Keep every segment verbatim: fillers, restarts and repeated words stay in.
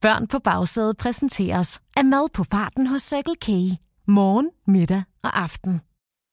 Børn på bagsædet præsenteres af mad på farten hos Circle K. Morgen, middag og aften.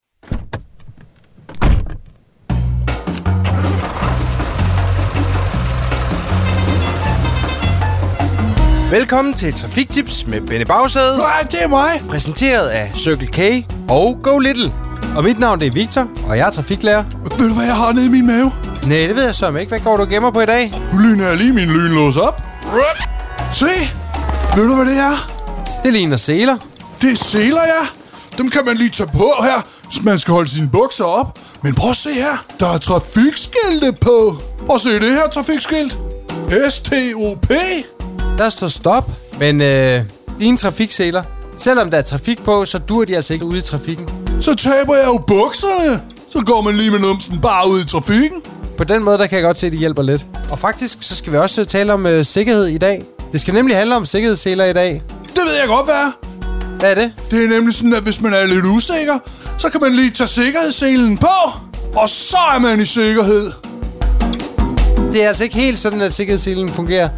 Velkommen til Trafiktips med Benny Bagsæde. Nej, det er mig. Præsenteret af Circle K og Go Little. Og mit navn det er Victor, og jeg er trafiklærer. Ved du, hvad jeg har nede i min mave? Nej, det ved jeg så ikke. Hvad går du og gemmer på i dag? Nu lyner jeg lige min lynlås op. Se! Ved du, hvad det er? Det ligner seler. Det er seler, ja. Dem kan man lige tage på her, hvis man skal holde sine bukser op. Men prøv at se her. Der er trafikskilte på. Prøv at se det her trafikskilt. S T O P. Der står stop. Men øh, dine trafikseler, selvom der er trafik på, så dur de altså ikke ude i trafikken. Så taber jeg jo bukserne. Så går man lige med numsen bare ud i trafikken. På den måde, der kan jeg godt se, at det hjælper lidt. Og faktisk, så skal vi også tale om øh, sikkerhed i dag. Det skal nemlig handle om sikkerhedsseler i dag. Det ved jeg godt, hvad er. Hvad er det? Det er nemlig sådan, at hvis man er lidt usikker, så kan man lige tage sikkerhedsselen på, og så er man i sikkerhed. Det er altså ikke helt sådan, at sikkerhedsselen fungerer.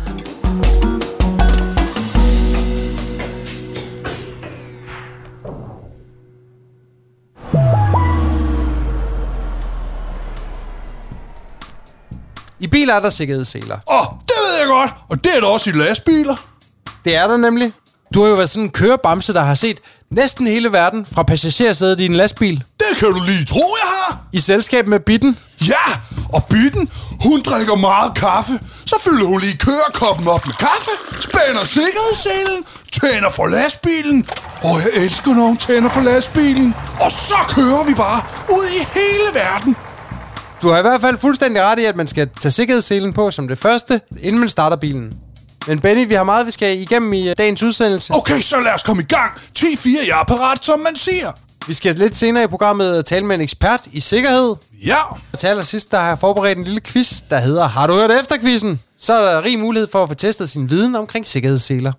I biler er der sikkerhedsseler. Åh, oh, det ved jeg godt. Og det er der også i lastbiler. Det er der nemlig. Du har jo været sådan en kørebamse, der har set næsten hele verden fra passagersædet i en lastbil. Det kan du lige tro, jeg har. I selskab med Bitten. Ja, og Bitten, hun drikker meget kaffe. Så fylder hun lige kørekoppen op med kaffe, spænder sikkerhedsselen, tænder for lastbilen. Og jeg elsker, når hun tænder for lastbilen. Og så kører vi bare ud i hele verden. Du har i hvert fald fuldstændig ret i, at man skal tage sikkerhedsselen på som det første, inden man starter bilen. Men Benny, vi har meget, vi skal igennem i dagens udsendelse. Okay, så lad os komme i gang. ti fire, jeg er parat, som man siger. Vi skal lidt senere i programmet tale med en ekspert i sikkerhed. Ja. Og til allersidst, der har jeg forberedt en lille quiz, der hedder Har du hørt efter quizzen? Så er der rig mulighed for at få testet sin viden omkring sikkerhedsseler.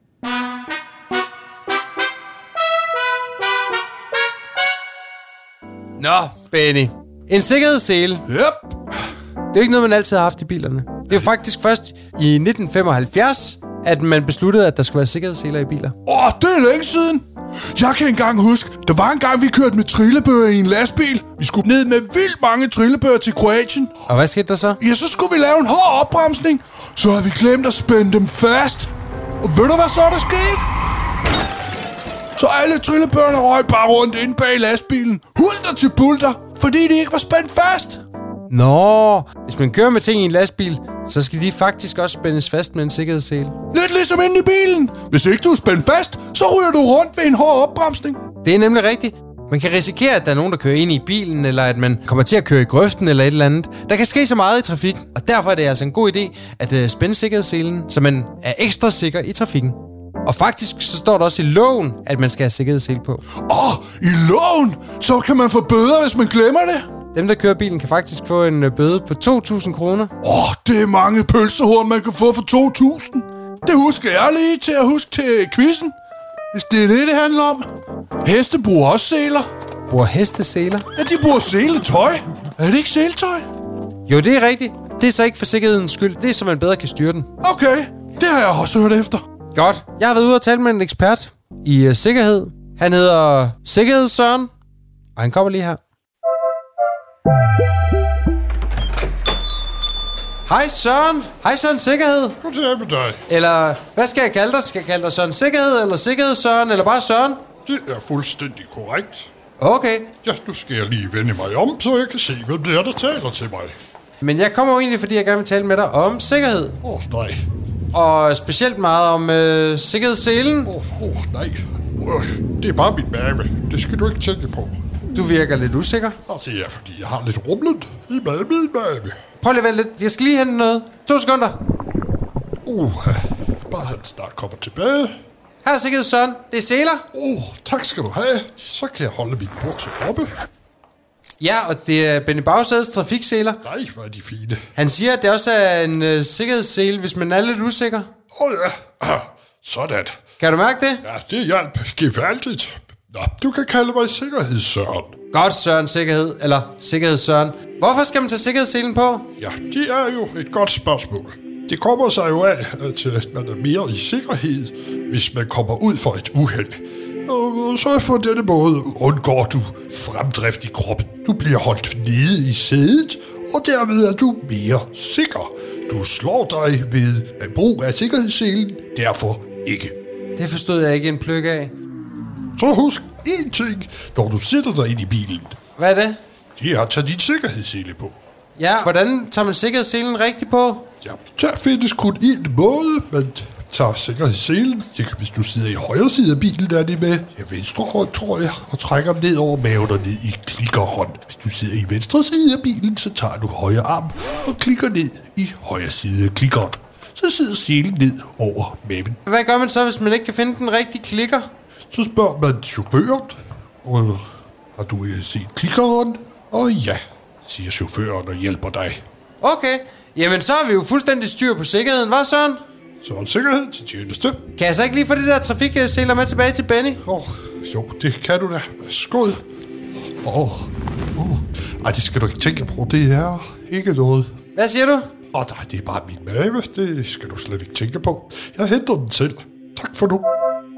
Nå, Benny. En sikkerhedssele. Yep. Det er ikke noget, man altid har haft i bilerne. Det er jo faktisk først i nitten femoghalvfjerds, at man besluttede, at der skulle være sikkerhedsseler i biler. Åh, oh, det er længe siden. Jeg kan engang huske, der var en gang, vi kørte med trillebøger i en lastbil. Vi skulle ned med vildt mange trillebøger til Kroatien. Og hvad skete der så? Ja, så skulle vi lave en hård opbremsning. Så havde vi glemt at spænde dem fast. Og ved du, hvad så der skete? Så alle trillebøgerne røg bare rundt inde bag lastbilen. Hulter til bulter, fordi de ikke var spændt fast. Nå, hvis man kører med ting i en lastbil, så skal de faktisk også spændes fast med en sikkerhedssele. Lidt ligesom inde i bilen. Hvis ikke du er spændt fast, så ryger du rundt ved en hård opbremsning. Det er nemlig rigtigt. Man kan risikere, at der er nogen, der kører ind i bilen, eller at man kommer til at køre i grøften eller et eller andet. Der kan ske så meget i trafik, og derfor er det altså en god idé at uh, spænde sikkerhedsselen, så man er ekstra sikker i trafikken. Og faktisk så står der også i loven, at man skal have sikkerhedssele på. Åh, oh, i loven? Så kan man få bøder, hvis man glemmer det? Dem, der kører bilen, kan faktisk få en uh, bøde på to tusind kroner. Åh, oh, det er mange pølsehorn, man kan få for to tusind. Det husker jeg lige til at huske til quizzen. Hvis det er det, det handler om. Heste bruger også seler. Bruger heste seler? Ja, de bruger seletøj. Er det ikke seletøj? Jo, det er rigtigt. Det er så ikke for sikkerhedens skyld. Det er, så man bedre kan styre den. Okay, det har jeg også hørt efter. Godt. Jeg har været ude og tale med en ekspert i uh, sikkerhed. Han hedder Sikkerheds Søren, og han kommer lige her. Hej Søren. Hej Søren Sikkerhed. Goddag med dig. Eller hvad skal jeg kalde dig? Skal jeg kalde dig Søren Sikkerhed, eller Sikkerheds Søren, eller bare Søren? Det er fuldstændig korrekt. Okay. Ja, nu skal jeg lige vende mig om, så jeg kan se, hvem det er, der taler til mig. Men jeg kommer jo egentlig, fordi jeg gerne vil tale med dig om sikkerhed. Åh, oh, nej. Og specielt meget om øh, sikkerhedsselen. Åh, oh, oh, nej. Uh, det er bare min mave. Det skal du ikke tænke på. Du virker lidt usikker. Og det er, fordi jeg har lidt rumlet i min mave. Prøv lige at vente lidt. Jeg skal lige hente noget. To sekunder. Uh, bare han snart kommer tilbage. Her er Sikkerheds Søren. Det er seler. Åh, oh, tak skal du have. Så kan jeg holde min bukser oppe. Ja, og det er Benny Bagsædes trafikseler. Nej, hvor er de fine. Han siger, at det også er en uh, sikkerhedssele, hvis man er lidt usikker. Åh oh, ja, ah, sådan. Kan du mærke det? Ja, det hjælp gevaldigt. Nå, du kan kalde mig Sikkerheds Søren. Godt, Søren Sikkerhed, eller Sikkerheds Søren. Hvorfor skal man tage sikkerhedsselen på? Ja, det er jo et godt spørgsmål. Det kommer sig jo af, at man er mere i sikkerhed, hvis man kommer ud for et uheld. Og så på denne måde undgår du fremdrift i kroppen. Du bliver holdt nede i sædet, og dermed er du mere sikker. Du slår dig ved at brug af sikkerhedsselen, derfor ikke. Det forstod jeg ikke en pløk af. Så husk én ting, når du sætter dig ind i bilen. Hvad er det? Det er at tage din sikkerhedssele på. Ja, hvordan tager man sikkerhedsselen rigtigt på? Ja, der findes kun én måde, man tager sikkerhedsselen. Hvis du sidder i højre side af bilen, der er det med ja, venstre hånd, tror jeg, og trækker ned over maven og ned i klikkerhånd. Hvis du sidder i venstre side af bilen, så tager du højre arm og klikker ned i højre side af klikkeren. Så sidder selen ned over maven. Hvad gør man så, hvis man ikke kan finde den rigtige klikker? Så spørger man chaufføren, og har du set klikkeren? Og ja, siger chaufføren og hjælper dig. Okay, jamen så har vi jo fuldstændig styr på sikkerheden, hva' Søren? Så en sikkerhed til tjeneste. Kan jeg så ikke lige få det der trafikseler med tilbage til Benny? Åh, oh, jo, det kan du da. Værsgo. Åh, oh, oh. Ej, det skal du ikke tænke på. Det er ikke noget. Hvad siger du? Åh, oh, nej, det er bare min mave. Det skal du slet ikke tænke på. Jeg henter den selv. Tak for nu.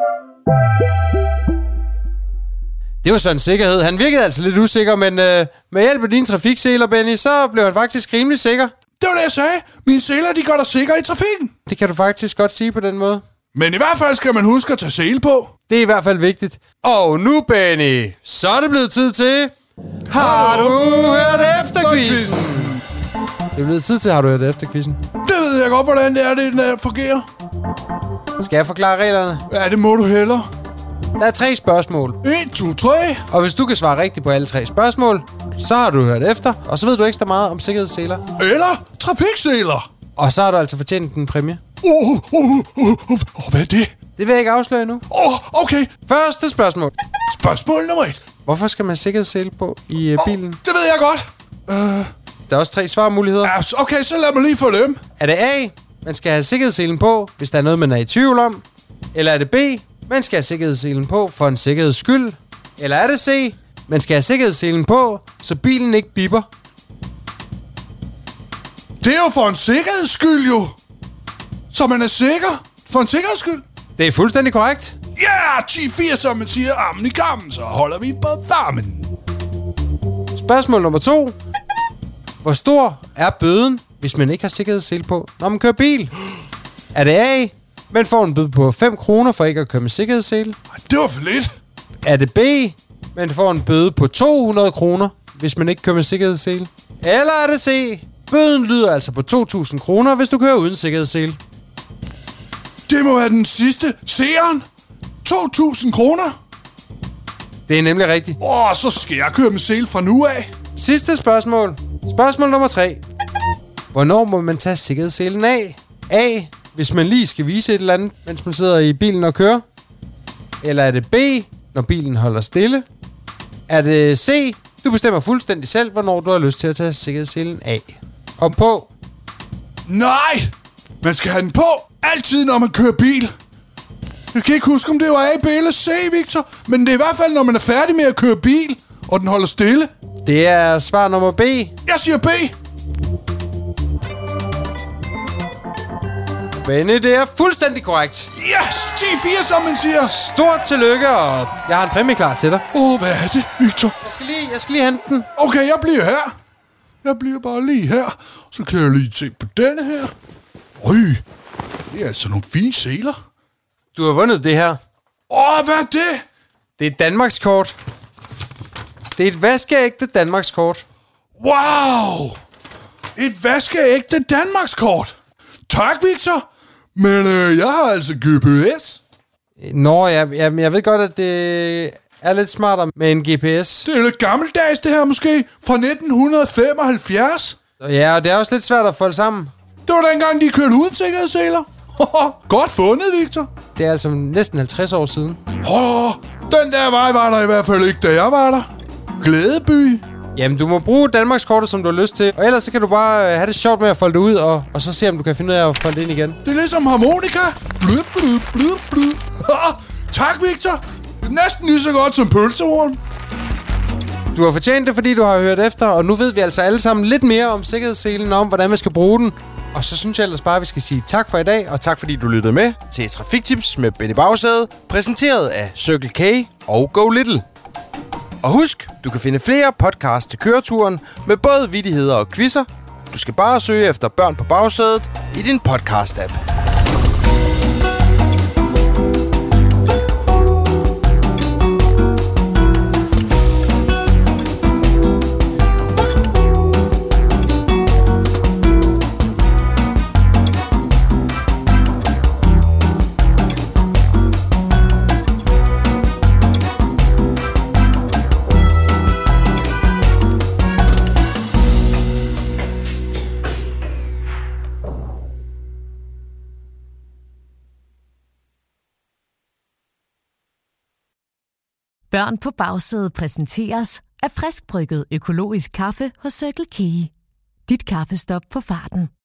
Det var sådan en sikkerhed. Han virkede altså lidt usikker, men øh, med hjælp af dine trafikseler, Benny, så blev han faktisk rimelig sikker. Det var det, jeg sagde. Mine seler, de gør dig sikker i trafikken. Det kan du faktisk godt sige på den måde. Men i hvert fald skal man huske at tage sele på. Det er i hvert fald vigtigt. Og nu, Benny, så er det blevet tid til... Har du hørt efter quizzen? Det er blevet tid til, har du hørt efter quizzen? Det ved jeg godt, hvordan det er, det den fungerer. Skal jeg forklare reglerne? Ja, det må du hellere. Der er tre spørgsmål. en, to, tre. Og hvis du kan svare rigtigt på alle tre spørgsmål, så har du hørt efter, og så ved du ekstra meget om sikkerhedsseler. Eller trafikseler. Og så har du altså fortjent en præmie. Åh, oh, oh, oh, oh, oh, hvad er det? Det vil jeg ikke afsløre nu. Åh, oh, okay. Første spørgsmål. Spørgsmål nummer et. Hvorfor skal man sikkerhedssele på i uh, bilen? Oh, det ved jeg godt. Uh, Der er også tre svarmuligheder. ja, okay, så lad mig lige få dem. Er det A, man skal have sikkerhedsselen på, hvis der er noget, man er i tvivl om? Eller er det B, man skal have sikkerhedsselen på for en sikkerheds skyld? Eller er det C, man skal have sikkerhedsselen på, så bilen ikke bipper? Det er jo for en sikkerheds skyld, jo. Så man er sikker. For en sikkerheds skyld. Det er fuldstændig korrekt. Ja, yeah, ti firs, som man siger, armen i kammen, så holder vi på varmen. Spørgsmål nummer to. Hvor stor er bøden, hvis man ikke har sikkerhedssele på, når man kører bil? Er det A, man får en bøde på fem kroner for ikke at køre med sikkerhedssele? Det var for lidt. Er det B, man får en bøde på to hundrede kroner, hvis man ikke kører med sikkerhedssele? Eller er det C, bøden lyder altså på to tusind kroner, hvis du kører uden sikkerhedssele? Det må være den sidste. Seeren. to tusind kroner. Det er nemlig rigtigt. Åh, så skal jeg køre med sele fra nu af. Sidste spørgsmål. Spørgsmål nummer tre. Hvornår må man tage sikkerhedsselen af? A, hvis man lige skal vise et eller andet, mens man sidder i bilen og kører? Eller er det B, når bilen holder stille? Er det C, du bestemmer fuldstændig selv, hvornår du har lyst til at tage sikkerhedsselen af? Og på? Nej, man skal have den på altid, når man kører bil. Jeg kan ikke huske, om det var A, B eller C, Victor. Men det er i hvert fald, når man er færdig med at køre bil, og den holder stille. Det er svar nummer B. Jeg siger B. Benny, det er fuldstændig korrekt. Yes, ti fire, som man siger. Stort tillykke, og jeg har en præmie klar til dig. Åh, oh, hvad er det, Victor? Jeg skal lige, jeg skal lige hente den. Okay, jeg bliver her. Jeg bliver bare lige her. Så kan jeg lige se på denne her. Øj, det er altså nogle fine seler. Du har vundet det her. Åh, oh, hvad er det? Det er et Danmarkskort. Det er et vaskeægte Danmarkskort. Wow! Et vaskeægte Danmarkskort. Tak, Victor. Men øh, jeg har altså G P S. Nå, jeg, jeg, jeg ved godt, at det er lidt smartere med en G P S. Det er lidt gammeldags, det her måske. Fra nitten femoghalvfjerds. Ja, og det er også lidt svært at folde sammen. Det var dengang, de kørte uden sikkerhedsseler. Godt fundet, Victor. Det er altså næsten halvtreds år siden. Oh, den der vej var der i hvert fald ikke, da jeg var der. Glædeby. Jamen, du må bruge Danmarkskortet, som du har lyst til. Og ellers så kan du bare have det sjovt med at folde det ud, og, og så se, om du kan finde ud af at folde det ind igen. Det er ligesom harmonika. Blød, blød, blød, blød. Tak, Victor. Næsten lige så godt som pølsehorn. Du har fortjent det, fordi du har hørt efter, og nu ved vi altså alle sammen lidt mere om sikkerhedsselen og om, hvordan man skal bruge den. Og så synes jeg ellers bare, at vi skal sige tak for i dag, og tak fordi du lyttede med til Trafiktips med Benny Bagsæde, præsenteret af Circle K og Go Little. Og husk, du kan finde flere podcasts til køreturen med både vittigheder og quizzer. Du skal bare søge efter Børn på Bagsædet i din podcast-app. Børn på Bagsædet præsenteres af friskbrygget økologisk kaffe hos Circle K. Dit kaffestop på farten.